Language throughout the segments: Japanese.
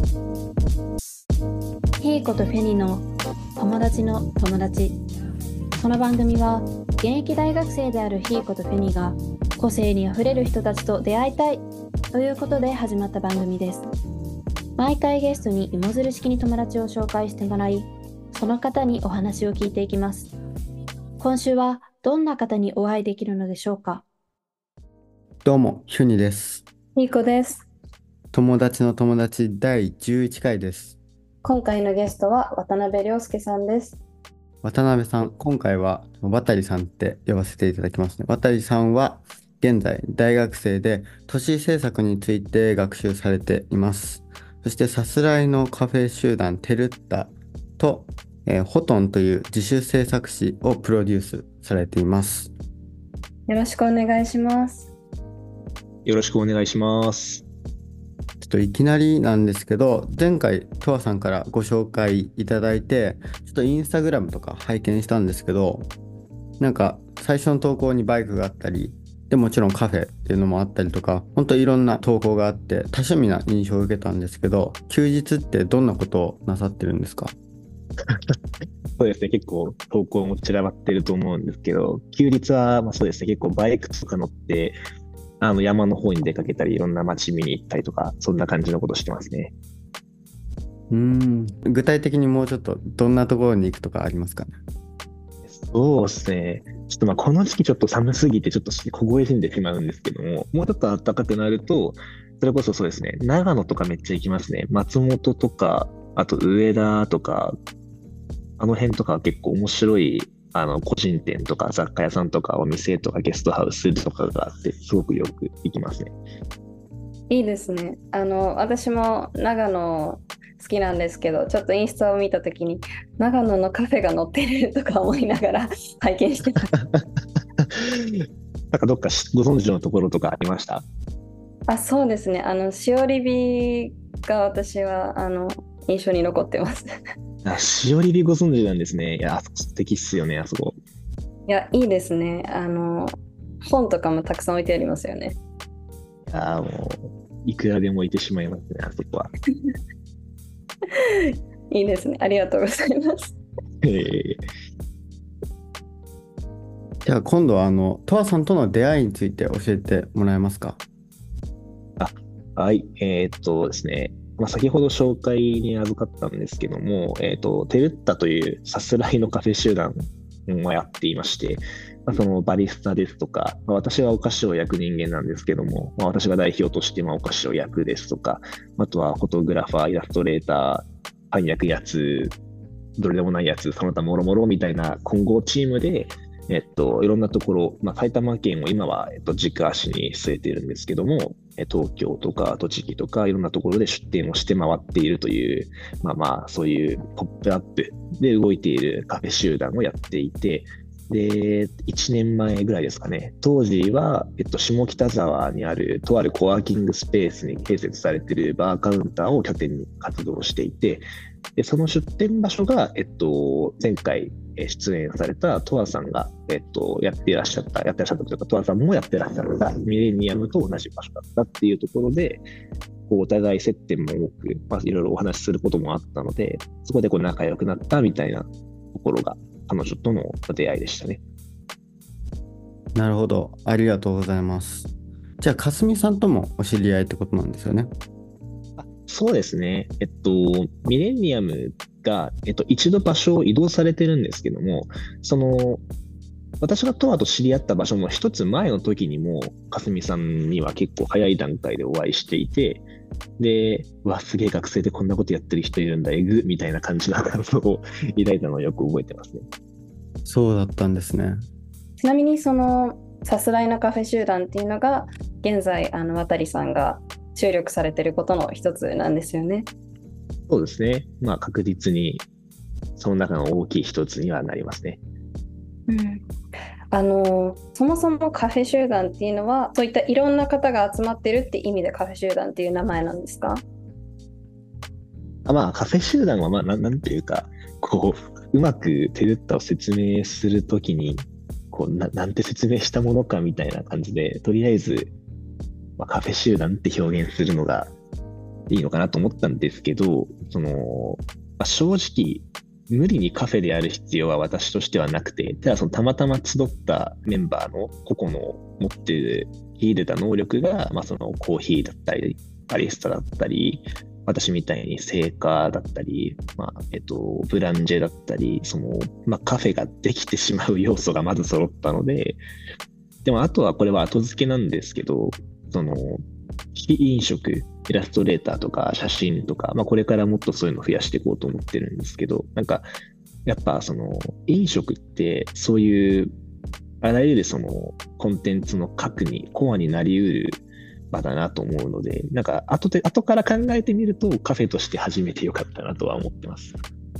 ヒーコとフェニの友達の友達。この番組は現役大学生であるヒーコとフェニが個性にあふれる人たちと出会いたいということで始まった番組です。毎回ゲストに芋づる式に友達を紹介してもらい、その方にお話を聞いていきます。今週はどんな方にお会いできるのでしょうか。 どうも、ヒュニです。 ヒーコです。 友達の友達第11回です。 今回のゲストは渡辺亮介さんです。 渡辺さん、今回は渡さんって呼ばせていただきますね。渡さんは現在大学生で都市政策について学習されています。そしてさすらいのカフェ集団テルッタと、ホトンという自主制作誌をプロデュースされています。 よろしくお願いします。 よろしくお願いします。 ちょっといきなりなんですけど、前回とわさんからご紹介いただいて、ちょっとインスタグラムとか拝見したんですけど、なんか最初の投稿にバイクがあったり、でもちろんカフェっていうのもあったりとか、本当いろんな投稿があって多趣味な印象を受けたんですけど、休日ってどんなことをなさってるんですか？ そうですね、結構投稿も散らばってると思うんですけど、休日はそうですね、結構バイクとか乗って、山の方に出かけたり、いろんな街見に行ったりとか、そんな感じのことしてますね。 具体的にもうちょっとどんなところに行くとかありますかね？ そうですね。ちょっとこの時期ちょっと寒すぎてちょっと凍え死んでしまうんですけども、もうちょっと暖かくなると、それこそそうですね、長野とかめっちゃ行きますね。松本とか、あと上田とか、あの辺とかは結構面白い、個人店とか雑貨屋さんとかお店とかゲストハウスとかがあって、すごくよく行きますね。 いいですね。私も長野好きなんですけど、ちょっとインスタを見たときに、長野のカフェが載ってるとか思いながら拝見してます。 なんかどっかご存知のところとかありました？ あ、そうですね。しおりびが私は印象に残ってます。 しおりびご存知なんですね。いや、あそこ素敵っすよね、あそこ。 いや、いいですね。本とかもたくさん置いてありますよね。 いや、もう、いくらでもいてしまいますね、あそこは。 いいですね。ありがとうございます。 えじゃあ今度はとわさんとの出会いについて教えてもらえますか？ はい、ですね、先ほど紹介に預かったんですけども、テルッタというさすらいのカフェ集団をやっていまして、そのバリスタですとか、私はお菓子を焼く人間なんですけども、私が代表としてお菓子を焼くですとか、あとはフォトグラファー、イラストレーター、パン焼くやつ、どれでもないやつ、その他もろもろみたいな混合チームで、いろんなところ、埼玉県を今は、軸足に据えているんですけども、東京とか栃木とかいろんなところで出店をして回っているという、そういうポップアップで動いているカフェ集団をやっていて、で、1年前ぐらいですかね、当時は、下北沢にあるとあるコワーキングスペースに併設されているバーカウンターを拠点に活動していて、で、その出店場所が、前回出演されたトアさんが、やってらっしゃったというか、トアさんもやってらっしゃったミレニアムと同じ場所だったっていうところで、お互い接点も多く、いろいろお話しすることもあったので、そこで仲良くなったみたいなところが、彼女との出会いでしたね。 なるほど。ありがとうございます。じゃあ、かすみさんともお知り合いってことなんですよね。 そうですね。ミレニアムが、一度場所を移動されてるんですけども、私がトアと知り合った場所の一つ前の時にも、かすみさんには結構早い段階でお会いしていて、で、すげえ学生でこんなことやってる人いるんだ、みたいな感じの感想を抱いたのをよく覚えてますね。 そうだったんですね。 ちなみにさすらいのカフェ集団っていうのが現在渡さんが注力されていることの一つなんですよね。 そうですね。確実にその中の大きい一つにはなりますね。 そもそもカフェ集団っていうのはそういったいろんな方が集まってるって意味でカフェ集団っていう名前なんですか？ カフェ集団はなんていうか、うまくテルッタを説明するときに、なんて説明したものかみたいな感じで、とりあえず、カフェ集団って表現するのがいいのかなと思ったんですけど、正直、無理にカフェでやる必要は私としてはなくて、ただたまたま集ったメンバーの個々の持っている秀でた能力が、コーヒーだったり、バリスタだったり、私みたいに製菓だったり、ブランジェだったり、カフェができてしまう要素がまず揃ったので、でもあとはこれは後付けなんですけど、非飲食、イラストレーターとか写真とか、これからもっとそういうの増やしていこうと思ってるんですけど、やっぱ飲食ってそういうあらゆるコンテンツの核に、コアになりうる場だなと思うので、後から考えてみるとカフェとして始めてよかったなとは思ってます。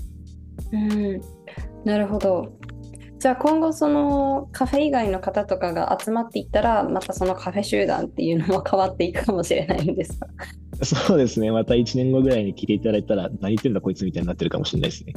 なるほど。じゃあ今後カフェ以外の方とかが集まっていったら、またそのカフェ集団っていうのも変わっていくかもしれないんですか？ そうですね。また1年後ぐらいに聞いていただいたら、何言ってんだこいつみたいになってるかもしれないですね。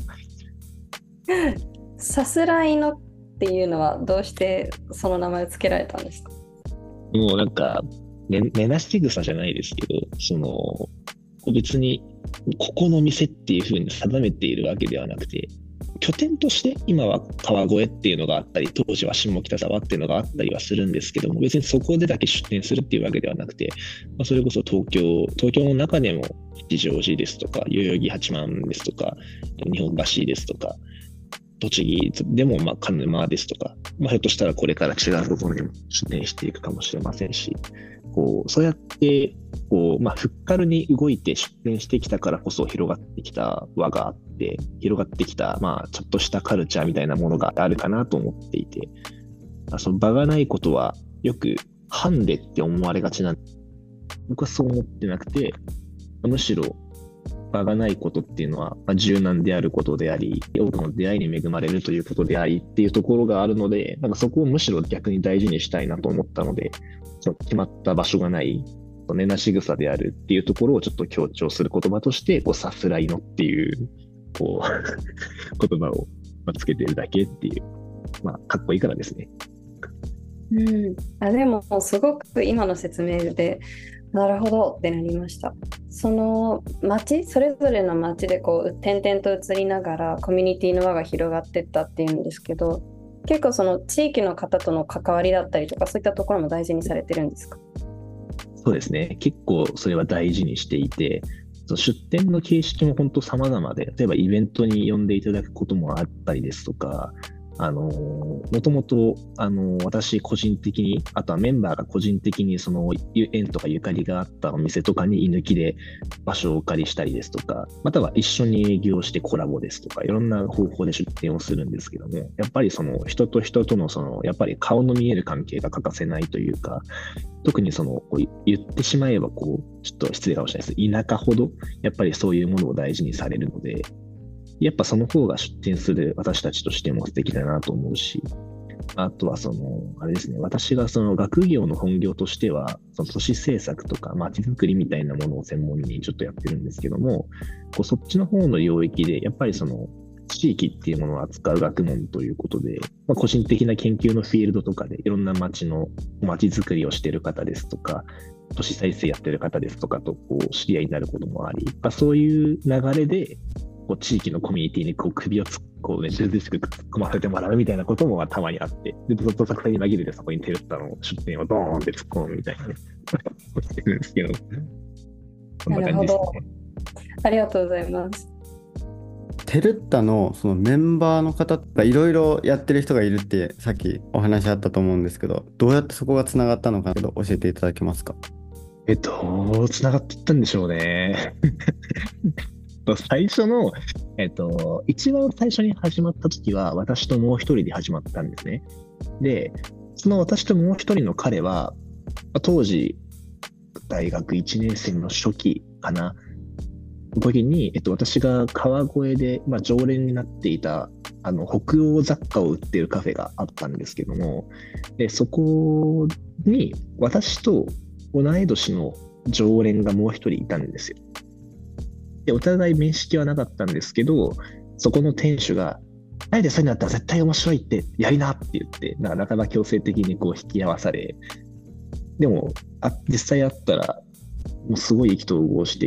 さすらいのっていうのはどうしてその名前を付けられたんですか？ もう根なし草じゃないですけど、別にここの店っていうふうに定めているわけではなくて、拠点として今は川越っていうのがあったり、当時は下北沢っていうのがあったりはするんですけども、別にそこでだけ出店するっていうわけではなくて、それこそ東京の中でも吉祥寺ですとか、代々木八幡ですとか、日本橋ですとか、栃木でも鹿沼ですとか、ひょっとしたらこれから違うところにも出店していくかもしれませんし、そうやってフッカルに動いて出店してきたからこそ広がってきた輪があって、広がってきたちょっとしたカルチャーみたいなものがあるかなと思っていて、その場がないことはよくハンデって思われがちなんで、僕はそう思ってなくて、むしろ場がないことっていうのは柔軟であることであり、多くの出会いに恵まれるということでありっていうところがあるので、そこをむしろ逆に大事にしたいなと思ったので、決まった場所がない根なし草であるっていうところをちょっと強調する言葉として、さすらいのっていう言葉をつけてるだけっていう、かっこいいからですね。 でもすごく今の説明でなるほどってなりました。それぞれの町で点々と移りながらコミュニティの輪が広がっていったっていうんですけど、結構地域の方との関わりだったりとか、そういったところも大事にされてるんですか？ そうですね。結構それは大事にしていて、出店の形式も本当様々で、例えばイベントに呼んでいただくこともあったりですとか、もともと、私個人的に、あとはメンバーが個人的に縁とかゆかりがあったお店とかに居抜きで場所をお借りしたりですとか、または一緒に営業してコラボですとか、いろんな方法で出店をするんですけども、やっぱり人と人とのやっぱり顔の見える関係が欠かせないというか、特に言ってしまえばちょっと失礼かもしれないです。田舎ほど、やっぱりそういうものを大事にされるので、やっぱその方が出店する私たちとしても素敵だなと思うし、あとはあれですね、私が学業の本業としては、都市政策とか街づくりみたいなものを専門にちょっとやってるんですけども、そっちの方の領域で、やっぱり地域っていうものを扱う学問ということで、個人的な研究のフィールドとかでいろんな街づくりをしている方ですとか、都市再生やってる方ですとかと知り合いになることもあり、そういう流れで、地域のコミュニティに首をずうずうしく突っ込ませてもらうみたいなこともたまにあって、で、どさくさに紛れてそこにテルッタの出店をドーンって突っ込むみたいなね、してるんですけど、そんな感じですね。 ありがとうございます。 テルッタのメンバーの方がいろいろやってる人がいるってさっきお話あったと思うんですけど、どうやってそこがつながったのか教えていただけますか？ つながっていったんでしょうね。最初の、一番最初に始まった時は私ともう一人で始まったんですね。で、その私ともう一人の彼は、当時大学1年生の初期かな時に、私が川越で、常連になっていた北欧雑貨を売っているカフェがあったんですけども、でそこに私と同い年の常連がもう一人いたんですよ。でお互い面識はなかったんですけど、そこの店主が「あえてそういうのだったら絶対面白いってやりな」って言って、なかなか強制的に引き合わされ、でも実際会ったらもうすごい意気投合して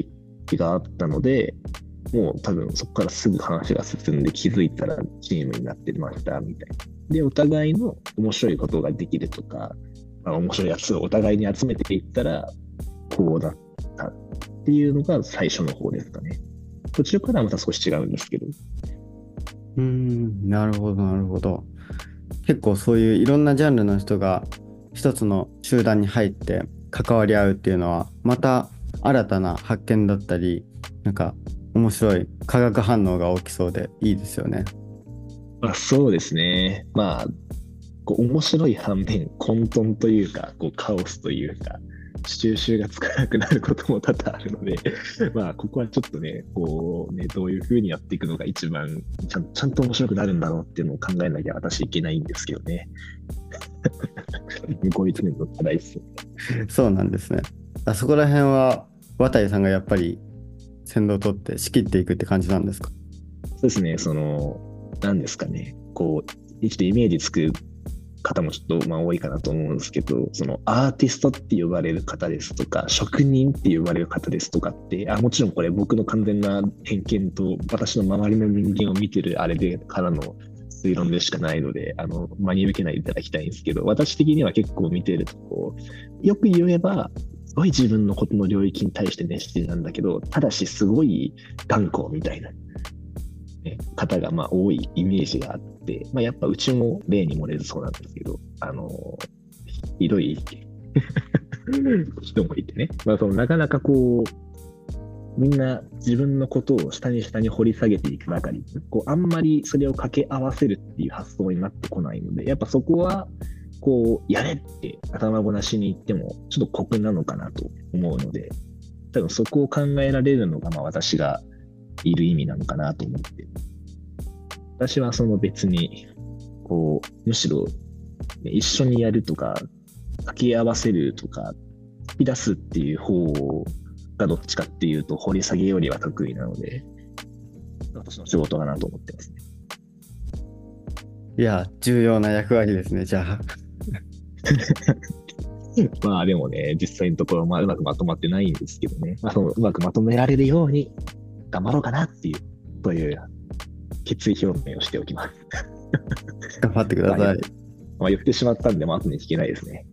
気があったので、もう多分そこからすぐ話が進んで気づいたらチームになってましたみたいな。で、お互いの面白いことができるとか、面白いやつをお互いに集めていったら、こうなったっていうのが最初の方ですかね。途中からはまた少し違うんですけど。 なるほど、なるほど。結構そういういろんなジャンルの人が一つの集団に入って関わり合うっていうのは、また新たな発見だったり、なんか面白い化学反応が起きそうでいいですよね。 そうですね。こう面白い反面、混沌というか、こうカオスというか、収集がつかなくなることも多々あるので、ここはちょっとね、こうね、どういうふうにやっていくのが一番ちゃんと面白くなるんだろうっていうのを考えなきゃ私いけないんですけどね。向こう一年の課題です。 そうなんですね。あそこら辺は渡さんがやっぱり先導を取って仕切っていくって感じなんですか？ そうですね、なんですかね、こう、ちょっとイメージつく方もちょっと多いかなと思うんですけど、そのアーティストって呼ばれる方ですとか、職人って呼ばれる方ですとかって、もちろんこれ僕の完全な偏見と私の周りの人間を見てるあれでからの推論でしかないので、真に受けないでいただきたいんですけど、私的には結構見てるとよく言えば、すごい自分のことの領域に対して熱心なんだけど、ただしすごい頑固みたいな、ね、方が多いイメージがあって、やっぱうちも例に漏れずそうなんですけど、ひどい人もいてね、なかなかみんな自分のことを下に下に掘り下げていく中に、あんまりそれを掛け合わせるっていう発想になってこないので、やっぱそこは、やれって頭ごなしに言っても、ちょっと酷なのかなと思うので、多分そこを考えられるのが、私がいる意味なのかなと思って。私は別に、むしろ、ね、一緒にやるとか、掛け合わせるとか、引き出すっていう方がどっちかっていうと、掘り下げよりは得意なので、私の仕事かなと思ってますね。 いや、重要な役割ですね、じゃあ。 でもね、実際のところ、うまくまとまってないんですけどね、うまくまとめられるように頑張ろうかなっていう、そういう決意表明をしておきます。 頑張ってください。 言ってしまったんで、後に聞けないですね。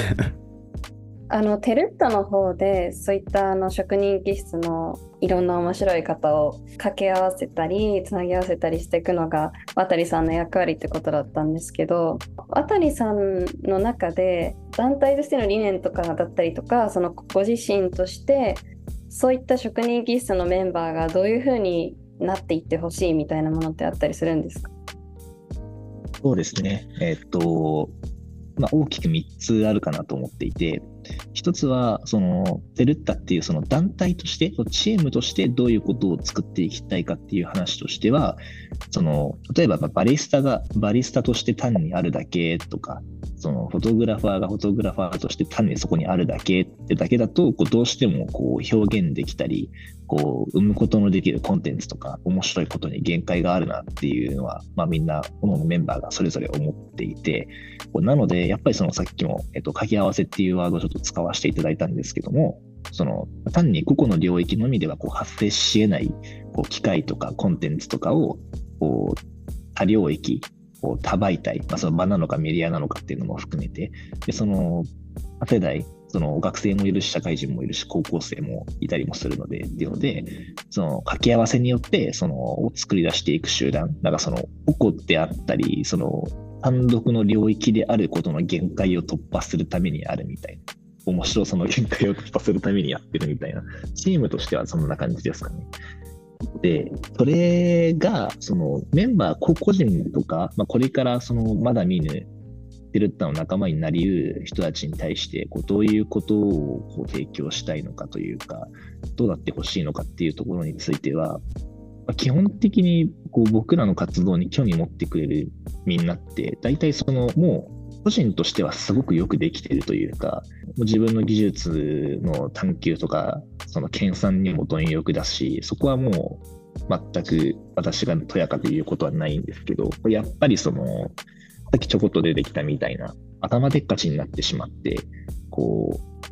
テルッタの方でそういった職人気質のいろんな面白い方を掛け合わせたりつなぎ合わせたりしていくのが渡さんの役割ってことだったんですけど、渡さんの中で団体としての理念とかだったりとか、そのご自身としてそういった職人気質のメンバーがどういうふうになっていってほしいみたいなものってあったりするんですか？ そうですね。大きく3つあるかなと思っていて、一つは、テルッタっていうその団体として、チームとしてどういうことを作っていきたいかっていう話としては、例えばバリスタがバリスタとして単にあるだけとか、フォトグラファーがフォトグラファーとして単にそこにあるだけってだけだと、どうしても表現できたり、生むことのできるコンテンツとか、面白いことに限界があるなっていうのは、みんな、このメンバーがそれぞれ思っていて、なので、やっぱりさっきも、掛け合わせっていうワードをちょっと使わせていただいたんですけども、単に個々の領域のみでは発生し得ない機械とかコンテンツとかを多領域、多媒体、場なのかメディアなのかっていうのも含めて、で多世代、学生もいるし、社会人もいるし、高校生もいたりもするので、っていうので、掛け合わせによって、を作り出していく集団、個々であったり、単独の領域であることの限界を突破するためにあるみたいな。面白さの限界を突破するためにやってるみたいな。チームとしてはそんな感じですかね。で、それが、メンバー個々人とか、これからまだ見ぬテルッタの仲間になり得る人たちに対して、どういうことを提供したいのかというか、どうなってほしいのかっていうところについては、基本的に僕らの活動に興味持ってくれるみんなって、大体もう個人としてはすごくよくできているというか、もう自分の技術の探求とか、研鑽にも貪欲だし、そこはもう全く私がとやかく言うことはないんですけど、やっぱりさっきちょこっと出てきたみたいな、頭でっかちになってしまって、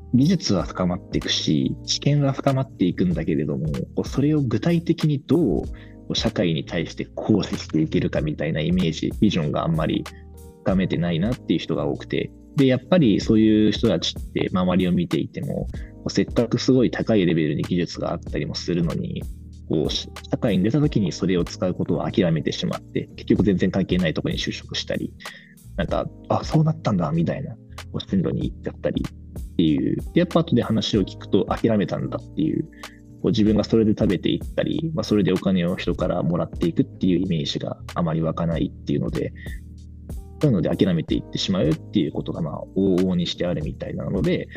技術は深まっていくし、知見は深まっていくんだけれども、それを具体的にどう社会に対して行使していけるかみたいなイメージ、ビジョンがあんまり深めてないなっていう人が多くて、で、やっぱりそういう人たちって周りを見ていても、せっかくすごい高いレベルに技術があったりもするのに、社会に出た時にそれを使うことを諦めてしまって、結局全然関係ないところに就職したり、なんか、そうなったんだみたいな、進路に行っちゃったりっていう、でやっぱ後で話を聞くと諦めたんだっていう、自分がそれで食べていったり、それでお金を人からもらっていくっていうイメージがあまり湧かないっていうので、そういうので諦めていってしまうっていうことが往々にしてあるみたいなので、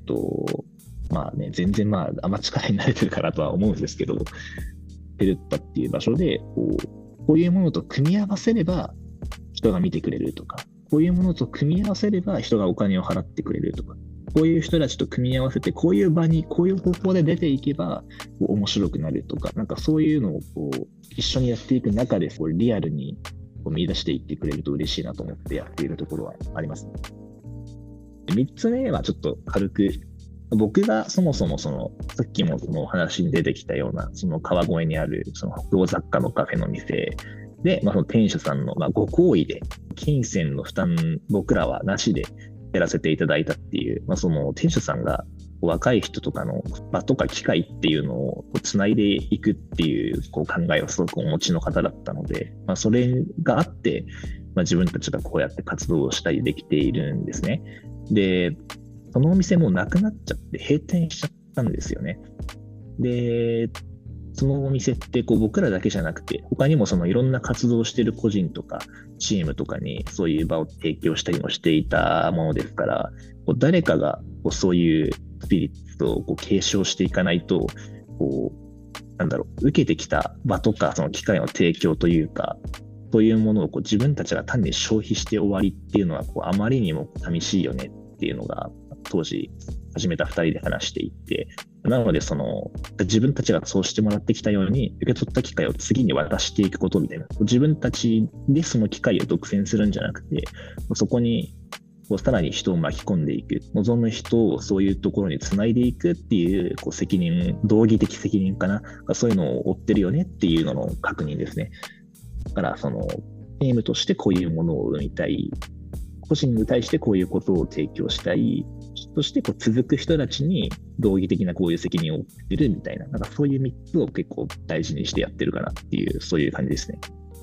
全然あんま力に慣れてるかなとは思うんですけど、ペルッタっていう場所でこういうものと組み合わせれば人が見てくれるとか、こういうものと組み合わせれば人がお金を払ってくれるとか、こういう人たちと組み合わせてこういう場にこういう方法で出ていけば面白くなるとか、なんかそういうのを一緒にやっていく中でリアルに見出していってくれると嬉しいなと思ってやっているところはありますね。3つ目はちょっと軽く、僕がそもそもさっきもその話に出てきたようなその川越にあるその北欧雑貨のカフェの店で、その店主さんのご厚意で金銭の負担僕らはなしでやらせていただいたっていう、その店主さんが若い人とかの場とか機会っていうのをつないでいくっていう考えをすごくお持ちの方だったので、それがあって、自分たちがこうやって活動をしたりできているんですね。で、そのお店もなくなっちゃって閉店しちゃったんですよね。で、そのお店って僕らだけじゃなくて、他にもいろんな活動をしている個人とかチームとかにそういう場を提供したりもしていたものですから、誰かがそういうスピリッツを継承していかないと、受けてきた場とかその機会の提供というか、そういうものを自分たちが単に消費して終わりっていうのはあまりにも寂しいよねっていうのが当時始めた2人で話していて、なので自分たちがそうしてもらってきたように受け取った機会を次に渡していくことみたいな、自分たちでその機会を独占するんじゃなくて、そこにさらに人を巻き込んでいく、望む人をそういうところにつないでいくっていう責任、道義的責任かな、そういうのを負ってるよねっていうのの確認ですね。だからチームとしてこういうものを生みたい、個人に対してこういうことを提供したい、そして続く人たちに道義的なこういう責任を負ってるみたいな、なんかそういう3つを結構大事にしてやってるかなっていう、そういう感じですね。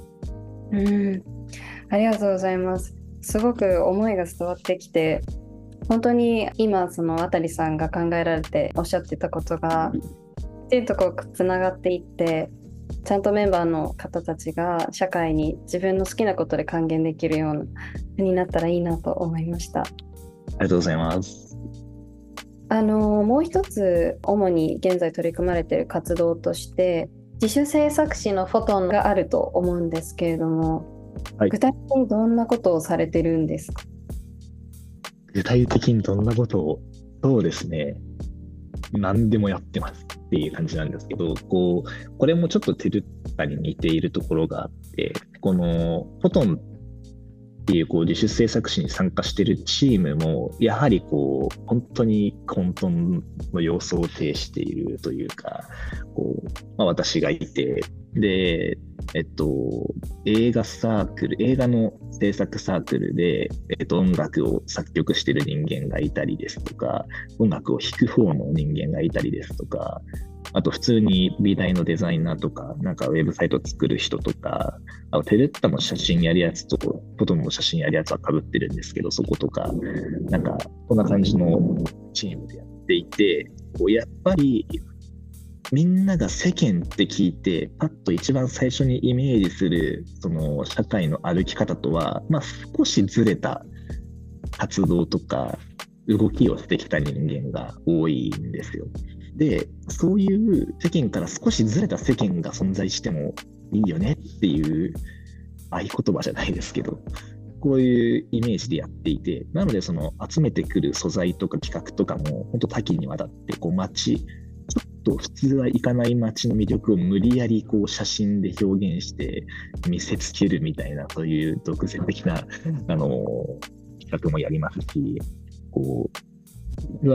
ありがとうございます。すごく思いが伝わってきて、本当に今渡さんが考えられておっしゃってたことがきちんとつながっていって、ちゃんとメンバーの方たちが社会に自分の好きなことで還元できるようなになったらいいなと思いました。 ありがとうございます。 もう一つ主に現在取り組まれている活動として自主制作誌のフォトンがあると思うんですけれども、 はい、 具体的にどんなことをされてるんですか？ 具体的にどんなことを、そうですね、何でもやってますっていう感じなんですけど、これもちょっとテルッタに似ているところがあって、このフォトンっていう自主制作誌に参加しているチームもやはり本当に混沌の様相を呈しているというか、私がいて、で映画の制作サークルで、音楽を作曲している人間がいたりですとか、音楽を弾く方の人間がいたりですとか、あと普通に美大のデザイナーとか、なんかウェブサイト作る人とか、テルッタの写真やるやつとフォトンの写真やるやつは被ってるんですけど、そことか、なんかこんな感じのチームでやっていて、やっぱりみんなが世間って聞いてパッと一番最初にイメージするその社会の歩き方とは、少しずれた活動とか動きをしてきた人間が多いんですよ。で、そういう世間から少しずれた世間が存在してもいいよねっていう合言葉じゃないですけど、こういうイメージでやっていて、なので集めてくる素材とか企画とかも本当多岐にわたってちょっと普通は行かない街の魅力を無理やり写真で表現して見せつけるみたいな、そういう独善的な企画もやりますし、は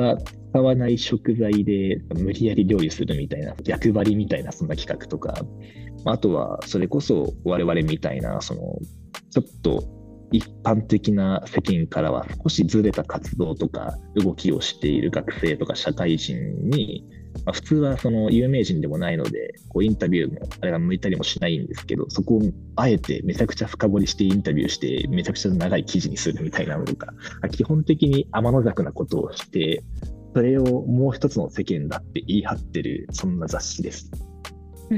使わない食材で無理やり料理するみたいな、逆張りみたいな、そんな企画とか、あとは、それこそ我々みたいな、ちょっと一般的な世間からは少しずれた活動とか動きをしている学生とか社会人に、普通はその有名人でもないので、こうインタビューもあれが向いたりもしないんですけど、そこをあえてめちゃくちゃ深掘りしてインタビューして、めちゃくちゃ長い記事にするみたいなのとか、基本的に天の弱なことをして、それをもう一つの世間だって言い張ってる、そんな雑誌です。 うん。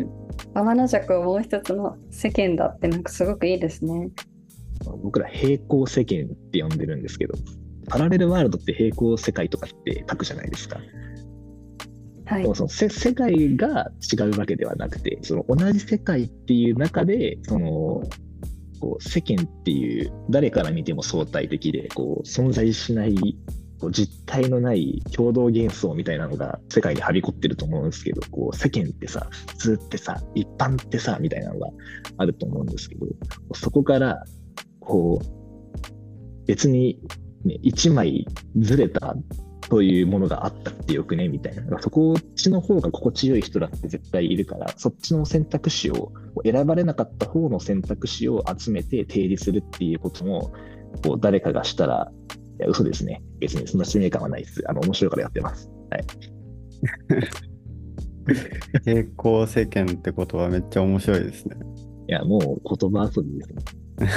天の弱をもう一つの世間だってなんかすごくいいですね。 僕ら平行世間って呼んでるんですけど、パラレルワールドって平行世界とかって書くじゃないですか。 はいでも世界が違うわけではなくて、その同じ世界っていう中で、こう世間っていう誰から見ても相対的でこう存在しないこう実体のない共同幻想みたいなのが世界にはびこってると思うんですけど、こう世間ってさ、普通ってさ、一般ってさみたいなのがあると思うんですけど、そこからこう別に、ね、一枚ずれたというものがあったってよくねみたいな、そこっちの方が心地よい人だって絶対いるから、そっちの選択肢を選ばれなかった方の選択肢を集めて提示するっていうこともこう誰かがしたら、いや嘘ですね、別にそんな使命感はないです。面白いからやってます。はい。 平行世間って言葉めっちゃ面白いですね。 いやもう言葉遊びですね。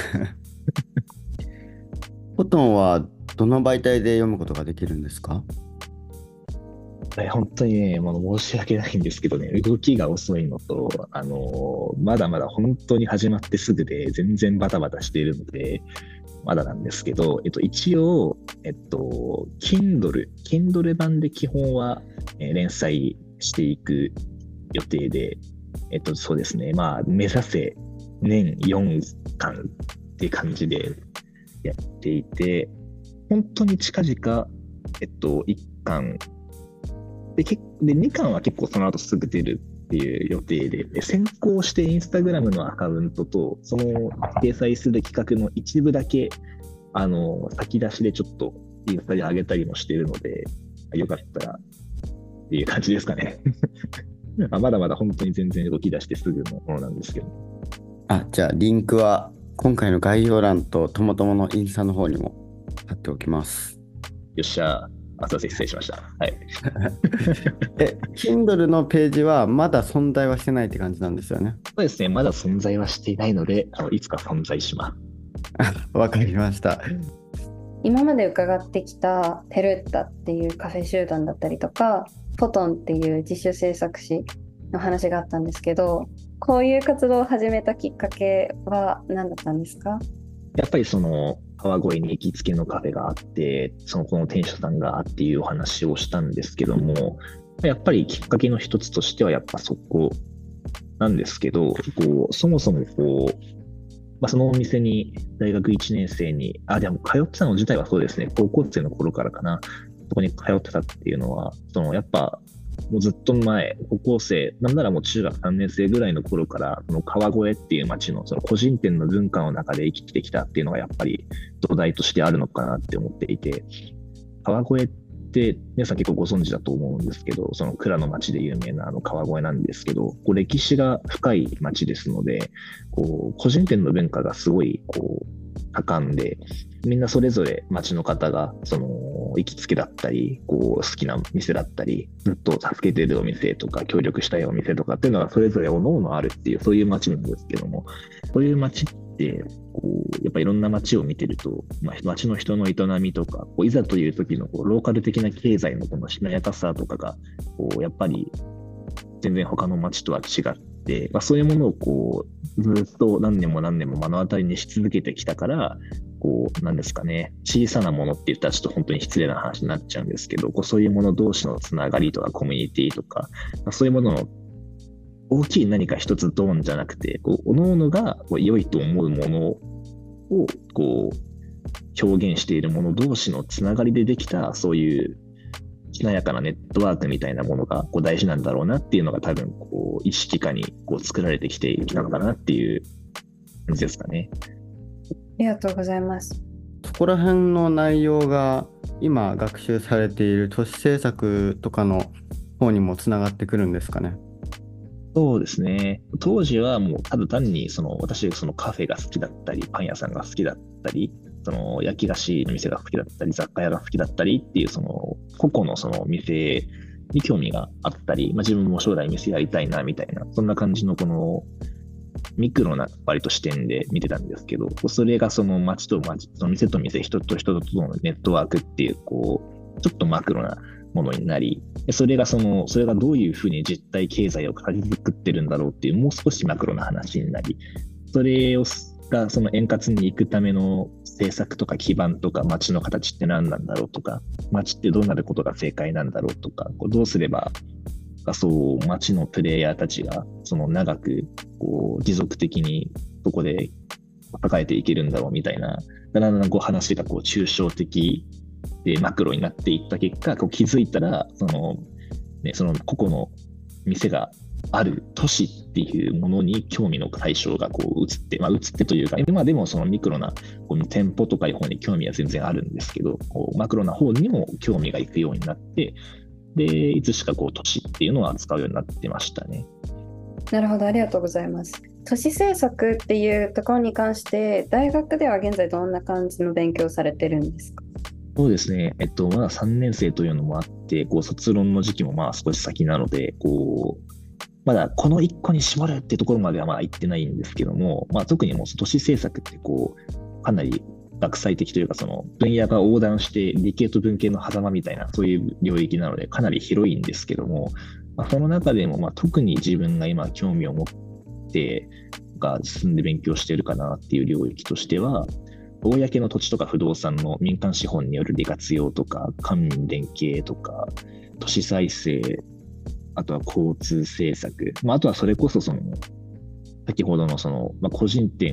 コトンはどの媒体で読むことができるんですか？ 本当にね、申し訳ないんですけどね、動きが遅いのと、まだまだ本当に始まってすぐで、全然バタバタしているので、まだなんですけど、一応、Kindle 版で基本は、連載していく予定で、そうですね、目指せ年4巻って感じでやっていて、本当に近々、1巻で、2巻は結構その後すぐ出るっていう予定で、先行してインスタグラムのアカウントと、その掲載する企画の一部だけ、先出しでちょっとインスタで上げたりもしているので、よかったらっていう感じですかね。まだまだ本当に全然動き出してすぐのものなんですけど。 じゃあリンクは今回の概要欄とともとものインスタの方にも貼っておきます。 よっしゃ。すいません、失礼しました。はい。 Kindle のページはまだ存在はしてないって感じなんですよね。 そうですね、まだ存在はしていないので、いつか存在します。 わかりました。 今まで伺ってきたテルッタっていうカフェ集団だったりとか、フォトンっていう自主制作誌の話があったんですけど、こういう活動を始めたきっかけは何だったんですか？ やっぱり川越に行きつけのカフェがあって、この店主さんがっていうお話をしたんですけども、やっぱりきっかけの一つとしてはやっぱそこなんですけど、そもそもそのお店に大学1年生に、でも通ってたの自体はそうですね、高校生の頃からかな、そこに通ってたっていうのは、やっぱもうずっと前、高校生、なんならもう中学3年生ぐらいの頃から、川越っていう街の個人店の文化の中で生きてきたっていうのがやっぱり土台としてあるのかなって思っていて、川越って皆さん結構ご存知だと思うんですけど、蔵の町で有名な川越なんですけど、歴史が深い町ですので、個人店の文化がすごい盛んで、みんなそれぞれ町の方が行きつけだったり好きな店だったり、ずっと助けてるお店とか協力したいお店とかっていうのがそれぞれ各々あるっていう、そういう町なんですけども、そういう町ってやっぱいろんな街を見てると、街の人の営みとかいざという時のローカル的な経済のしなやかさとかがやっぱり全然他の街とは違って、そういうものをずっと何年も何年も目の当たりにし続けてきたから、なんですかね、小さなものって言ったらちょっと本当に失礼な話になっちゃうんですけど、そういうもの同士のつながりとかコミュニティとか、そういうものの大きい何か一つドーンじゃなくて、各々が良いと思うものを表現しているもの同士のつながりでできた、そういうしなやかなネットワークみたいなものが大事なんだろうなっていうのが多分意識下に作られてきたのかなっていう感じですかね。 ありがとうございます。 そこら辺の内容が今学習されている都市政策とかの方にもつながってくるんですかね。 そうですね。当時はもうただ単に私がそのカフェが好きだったり、パン屋さんが好きだったり、その焼き菓子の店が好きだったり、雑貨屋が好きだったりっていうその個々のその店に興味があったり、自分も将来店やりたいなみたいな、そんな感じのこのミクロな割と視点で見てたんですけど、それがその街と街、その店と店、人と人とのネットワークっていう、ちょっとマクロなものになり、それがどういうふうに実体経済を形作ってるんだろうっていう、もう少しマクロな話になり、それがその円滑に行くための政策とか基盤とか街の形って何なんだろうとか、街ってどうなることが正解なんだろうとか、どうすれば街のプレイヤーたちが長く持続的にそこで抱えていけるんだろうみたいな、だんだん話が抽象的でマクロになっていった結果、気づいたらその個々の店がある都市っていうものに興味の対象が移って、移ってというか、今でもそのミクロな店舗とかいう方に興味は全然あるんですけど、マクロな方にも興味がいくようになって、で、いつしか都市っていうのを扱うようになってましたね。 なるほど、ありがとうございます。都市政策っていうところに関して、大学では現在どんな感じの勉強をされてるんですか？ そうですね。まだ3年生というのもあって、卒論の時期も少し先なので、まだこの1個に絞るっていうところまでは行ってないんですけども、特にもう都市政策ってかなり学際的というか、その分野が横断して理系と文系の狭間みたいな、そういう領域なのでかなり広いんですけども、その中でも特に自分が今興味を持って進んで勉強しているかなっていう領域としては、公の土地とか不動産の民間資本による利活用とか、官民連携とか、都市再生、あとは交通政策、あとはそれこそ先ほどの個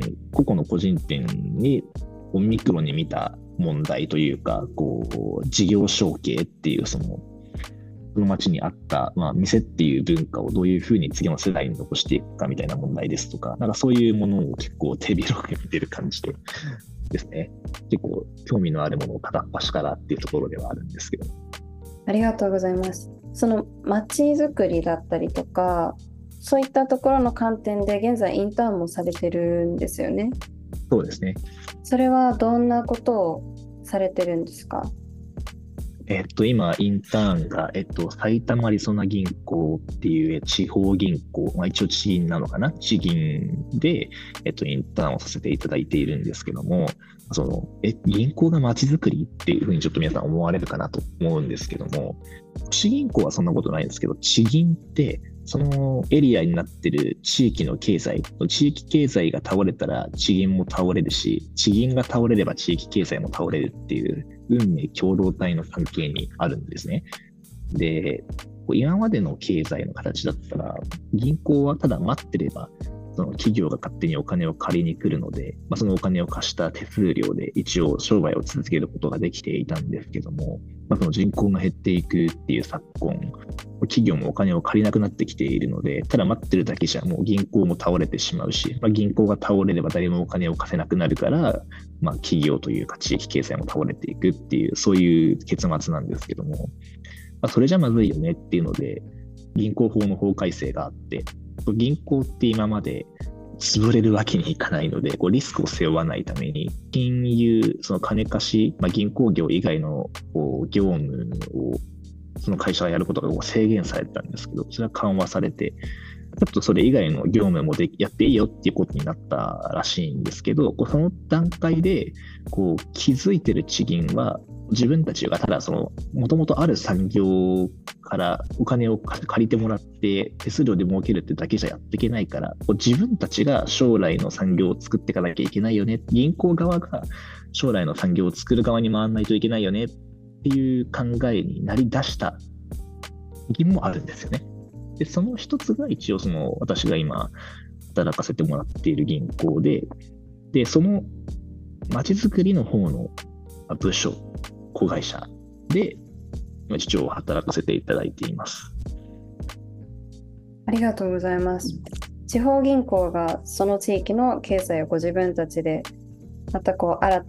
々の個人店にミクロに見た問題というか、事業承継っていうその町にあった、店っていう文化をどういうふうに次の世代に残していくかみたいな問題ですとか、そういうものを結構手広く見てる感じですね。結構興味のあるものを片っ端からっていうところではあるんですけど。 ありがとうございます。その街づくりだったりとか、そういったところの観点で現在インターンもされてるんですよね。 そうですね。 それはどんなことをされてるんですか？ 今、インターンが、埼玉りそな銀行っていう地方銀行、一応地銀なのかな、地銀で、インターンをさせていただいているんですけども、銀行が街づくりっていうふうにちょっと皆さん思われるかなと思うんですけども、地銀行はそんなことないんですけど、地銀って、そのエリアになってる地域の経済、地域経済が倒れたら地銀も倒れるし、地銀が倒れれば地域経済も倒れるっていう運命共同体の関係にあるんですね。で、今までの経済の形だったら、銀行はただ待ってれば、その企業が勝手にお金を借りに来るので、そのお金を貸した手数料で一応商売を続けることができていたんですけども、その人口が減っていくっていう昨今、企業もお金を借りなくなってきているので、ただ待ってるだけじゃもう銀行も倒れてしまうし、銀行が倒れれば誰もお金を貸せなくなるから、企業というか地域経済も倒れていくっていう、そういう結末なんですけども、それじゃまずいよねっていうので、銀行法の法改正があって、銀行って今まで潰れるわけにいかないので、リスクを背負わないために、金融、その金貸し、銀行業以外の業務をその会社がやることが制限されてたんですけど、それは緩和されて、ちょっとそれ以外の業務もやっていいよっていうことになったらしいんですけど、その段階で気づいてる地銀は、自分たちがただもともとある産業からお金を借りてもらって手数料で儲けるってだけじゃやっていけないから、自分たちが将来の産業を作っていかなきゃいけないよね、銀行側が将来の産業を作る側に回らないといけないよねっていう考えになりだした時もあるんですよね。で、その一つが一応私が今働かせてもらっている銀行で、その街づくりの方の部署、子会社で次長を働かせていただいています。 ありがとうございます。地方銀行がその地域の経済を自分たちでまた新たに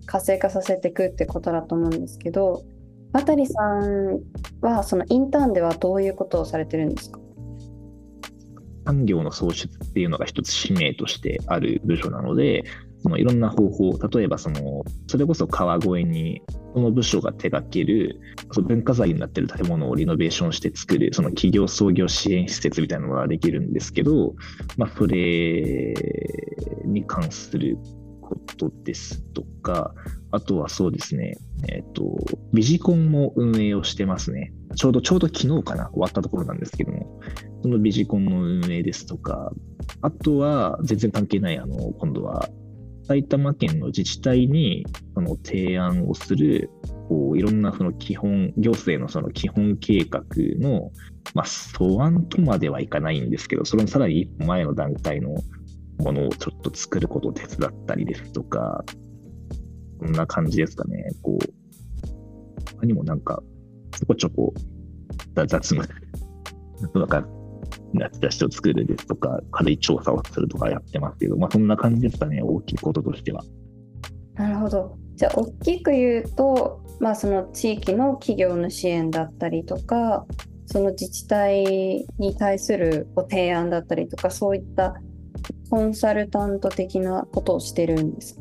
活性化させていくってことだと思うんですけど、渡さんはそのインターンではどういうことをされてるんですか？ 産業の創出っていうのが一つ使命としてある部署なので、そのいろんな方法、例えばそれこそ川越にその部署が手掛けるその文化財になっている建物をリノベーションして作るその企業創業支援施設みたいなのができるんですけど、それに関することですとか、あとはそうですね、ビジコンも運営をしてますね。ちょうど昨日かな、終わったところなんですけども、そのビジコンの運営ですとか、あとは全然関係ない、今度は埼玉県の自治体にその提案をする、いろんなその行政のその基本計画の、素案とまではいかないんですけど、そのさらに一歩前の段階のものをちょっと作ることを手伝ったりですとか、こんな感じですかね。他にもなんか、ちょこちょこ雑務、なんか、夏出しを作るですとか、軽い調査をするとかやってますけど、そんな感じですかね、大きいこととしては。 なるほど。じゃあ大きく言うと、その地域の企業の支援だったりとか、その自治体に対するご提案だったりとか、そういったコンサルタント的なことをしてるんですか？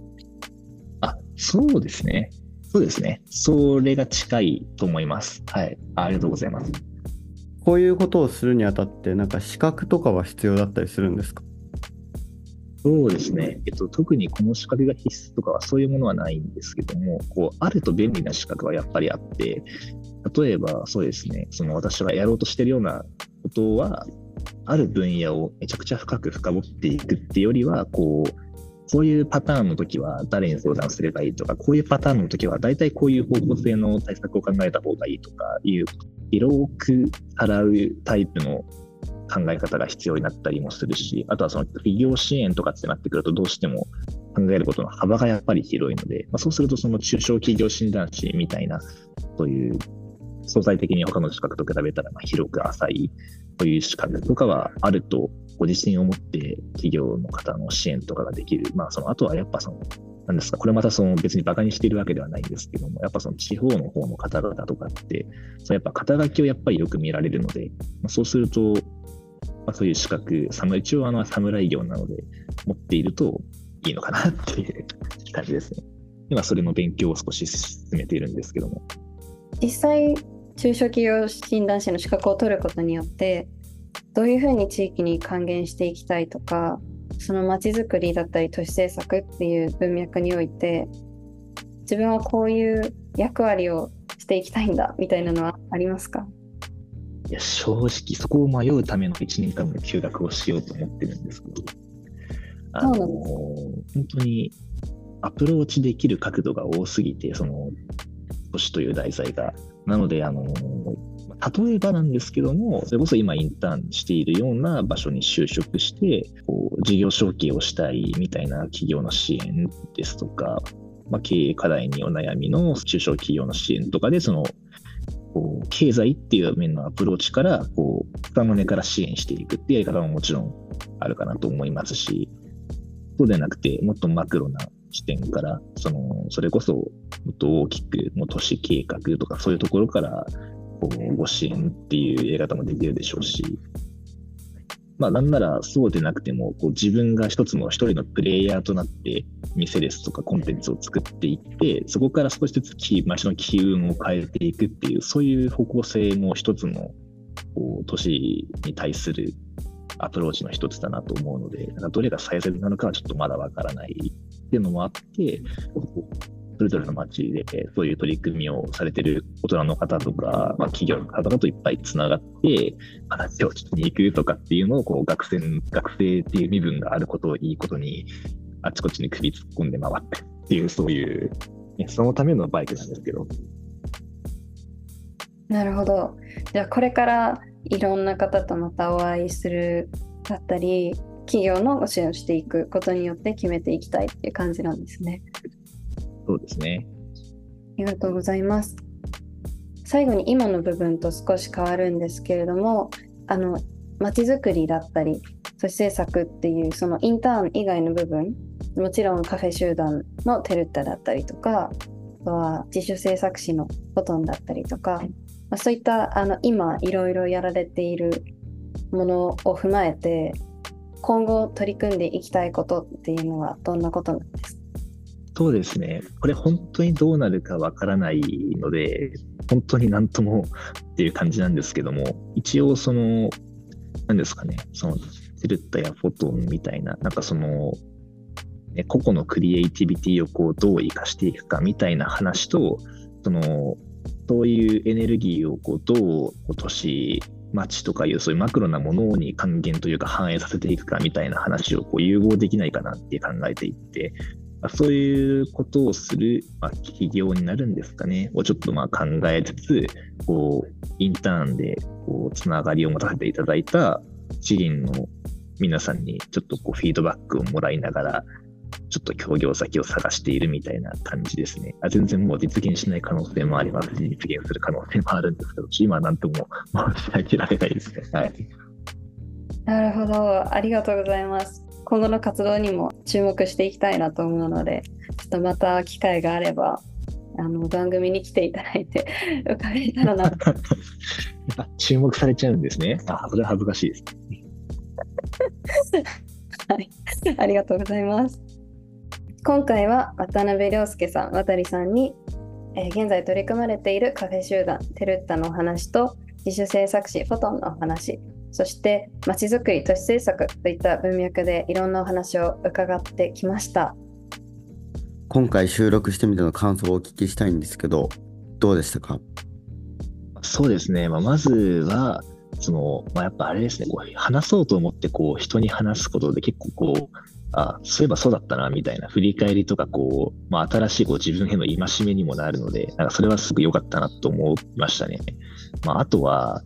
そうですね。そうですね。それが近いと思います。はい。ありがとうございます。 こういうことをするにあたって、なんか資格とかは必要だったりするんですか？ そうですね。特にこの資格が必須とかはそういうものはないんですけども、あると便利な資格はやっぱりあって、例えばそうですね、私がやろうとしているようなことは、ある分野をめちゃくちゃ深く深掘っていくっていうよりは、そういうパターンの時は誰に相談すればいいとか、こういうパターンの時は大体こういう方向性の対策を考えた方がいいとかいう広く払うタイプの考え方が必要になったりもするし、あとはその企業支援とかってなってくるとどうしても考えることの幅がやっぱり広いので、そうするとその中小企業診断士みたいな、そういう相対的に他の資格と比べたら広く浅いそういう資格とかはあると、ご自信を持って企業の方の支援とかができる。あとはやっぱなんですか、これまた別にバカにしているわけではないんですけども、やっぱ地方の方の方々とかって、やっぱ肩書きをやっぱりよく見られるので、そうすると、そういう資格、一応侍業なので、持っているといいのかなっていう感じですね。今それの勉強を少し進めているんですけども。 実際、中小企業診断士の資格を取ることによって、どういうふうに地域に還元していきたいとか、そのまちづくりだったり都市政策っていう文脈において、自分はこういう役割をしていきたいんだみたいなのはありますか？ いや、正直そこを迷うための1年間の休学をしようと思ってるんですけど、本当にアプローチできる角度が多すぎて、都市という題材が。なので、例えばなんですけども、それこそ今インターンしているような場所に就職して、事業承継をしたいみたいな企業の支援ですとか、経営課題にお悩みの中小企業の支援とかで、経済っていう面のアプローチから、草の根から支援していくっていうやり方ももちろんあるかなと思いますし、そうでなくて、もっとマクロな視点から、それこそ、もっと大きく、都市計画とか、そういうところから、ご支援っていうやり方もできるでしょうし、なんならそうでなくても、自分が一人のプレイヤーとなって、店ですとかコンテンツを作っていって、そこから少しずつ街の機運を変えていくっていう、そういう方向性も一つの、都市に対するアプローチの一つだなと思うので、どれが最善なのかはちょっとまだわからないっていうのもあって、それぞれの街でそういう取り組みをされている大人の方とか、企業の方々といっぱいつながって話を聞きに行くとかっていうのを学生っていう身分があることをいいことにあちこちに首突っ込んで回ってっていう、そういう、そのためのバイクなんですけど。 なるほど。じゃあこれからいろんな方とまたお会いするだったり、企業のご支援をしていくことによって決めていきたいっていう感じなんですね。 そうですね。 ありがとうございます。最後に今の部分と少し変わるんですけれども、まちづくりだったり、そ都市政策っていうそのインターン以外の部分、もちろんカフェ集団のテルッタだったりとか、あとは自主制作士のフォトンだったりとか、そういった今いろいろやられているものを踏まえて今後取り組んでいきたいことっていうのはどんなことなんですか？ そうですね。これ本当にどうなるかわからないので、本当になんともっていう感じなんですけども、一応何ですかね、テルッタやフォトンみたいな、個々のクリエイティビティをどう生かしていくかみたいな話と、そういうエネルギーをどう都市、街とかいうそういうマクロなものに還元というか反映させていくかみたいな話を融合できないかなって考えていって、そういうことをする、企業になるんですかね、をちょっと考えつつ、インターンでつながりを持たせていただいた地銀の皆さんにちょっとフィードバックをもらいながら、ちょっと協業先を探しているみたいな感じですね。全然もう実現しない可能性もありますし、実現する可能性もあるんですけど、今はなんとも申し上げられないですね。はい。 なるほど、ありがとうございます。今後の活動にも注目していきたいなと思うので、ちょっとまた機会があれば番組に来ていただいて伺えたらなと。 注目されちゃうんですね。それは恥ずかしいです。 はい、ありがとうございます。今回は渡辺亮介さん、渡さんに、現在取り組まれているカフェ集団テルッタのお話と、自主制作士フォトンのお話、そしてまちづくり都市政策といった文脈でいろんなお話を伺ってきました。 今回収録してみての感想をお聞きしたいんですけど、どうでしたか？ そうですね、まずはやっぱあれですね、話そうと思って人に話すことで結構そういえばそうだったなみたいな振り返りとか新しい自分への戒めにもなるので、それはすごく良かったなと思いましたね。あとは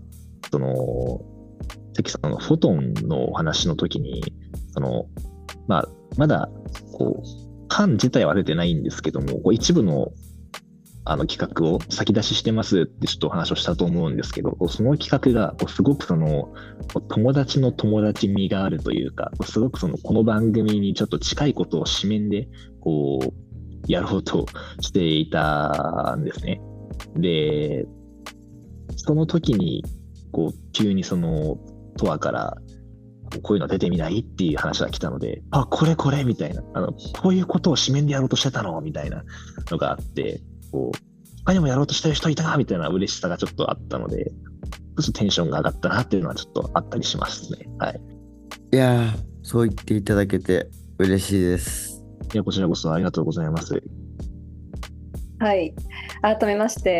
さっきフォトンのお話の時にまだ版自体は出てないんですけども、一部の企画を先出ししてますってちょっとお話をしたと思うんですけど、その企画がすごく友達の友達味があるというか、すごくこの番組にちょっと近いことを紙面でやろうとしていたんですね。で、その時に急にトアからこういうの出てみないっていう話が来たので、これみたいな、こういうことを紙面でやろうとしてたのみたいなのがあって、他にもやろうとしてる人いたみたいな嬉しさがちょっとあったので、ちょっとテンションが上がったなっていうのはちょっとあったりしますね。はい。 いやー、そう言っていただけて嬉しいです。 いや、こちらこそありがとうございます。 はい。改めまして、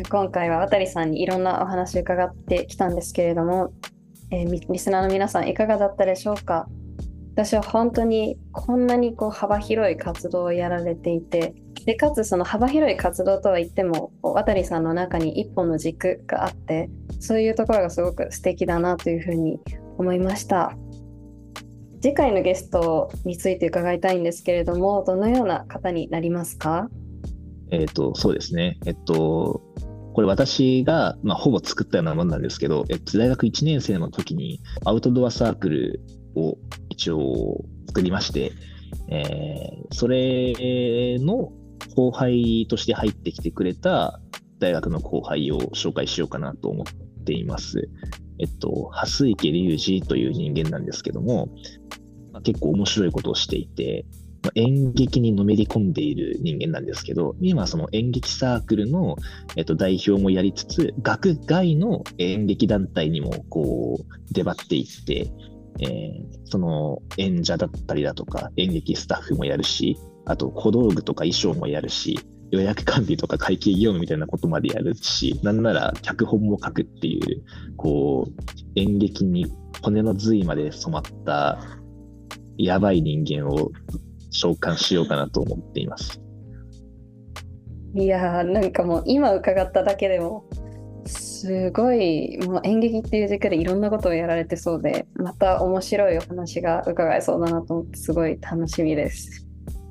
今回は渡さんにいろんなお話を伺ってきたんですけれども、リスナーの皆さんいかがだったでしょうか？私は本当にこんなに幅広い活動をやられていて、でかつその幅広い活動とは言っても渡さんの中に一本の軸があって、そういうところがすごく素敵だなというふうに思いました。次回のゲストについて伺いたいんですけれども、どのような方になりますか？ そうですね。これ私が、ほぼ作ったようなものなんですけど、大学1年生の時にアウトドアサークルを一応作りまして、それの後輩として入ってきてくれた大学の後輩を紹介しようかなと思っています。蓮池隆二という人間なんですけども、結構面白いことをしていて、演劇にのめり込んでいる人間なんですけど、今その演劇サークルの、代表もやりつつ、学外の演劇団体にも出張っていって、その演者だったりだとか演劇スタッフもやるし、あと小道具とか衣装もやるし、予約管理とか会計業務みたいなことまでやるし、なんなら脚本も書くっていう、演劇に骨の髄まで染まったやばい人間を召喚しようかなと思っています。 いやー、なんかもう今伺っただけでもすごいもう演劇っていう軸でいろんなことをやられてそうで、また面白いお話が伺えそうだなと思ってすごい楽しみです。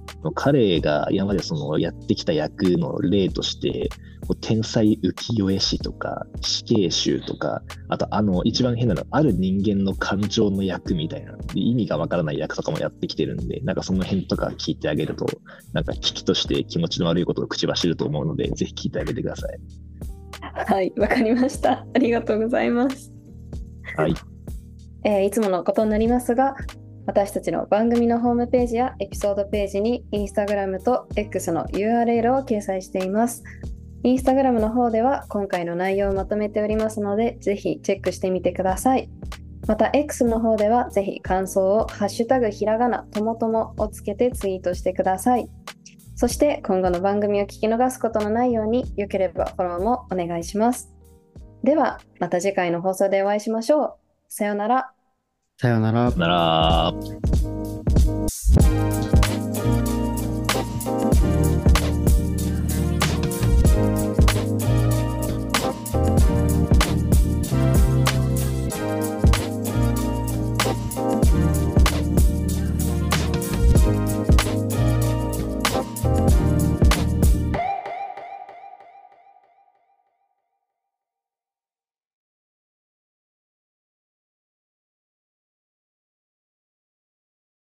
彼が今までそのやってきた役の例として、天才浮世絵師とか死刑囚とか、あと一番変なのはある人間の感情の役みたいな、意味がわからない役とかもやってきてるんで、なんかその辺とか聞いてあげると、なんか危機として気持ちの悪いことを口走ると思うので、ぜひ聞いてあげてください。 はい、わかりました。ありがとうございます。 はい。 いつものことになりますが、私たちの番組のホームページやエピソードページに Instagram と X の URL を掲載しています。Instagram の方では今回の内容をまとめておりますので、ぜひチェックしてみてください。また X の方ではぜひ感想をハッシュタグひらがなともともをつけてツイートしてください。そして今後の番組を聞き逃すことのないように、よければフォローもお願いします。ではまた次回の放送でお会いしましょう。さようなら。 さようなら。 なら。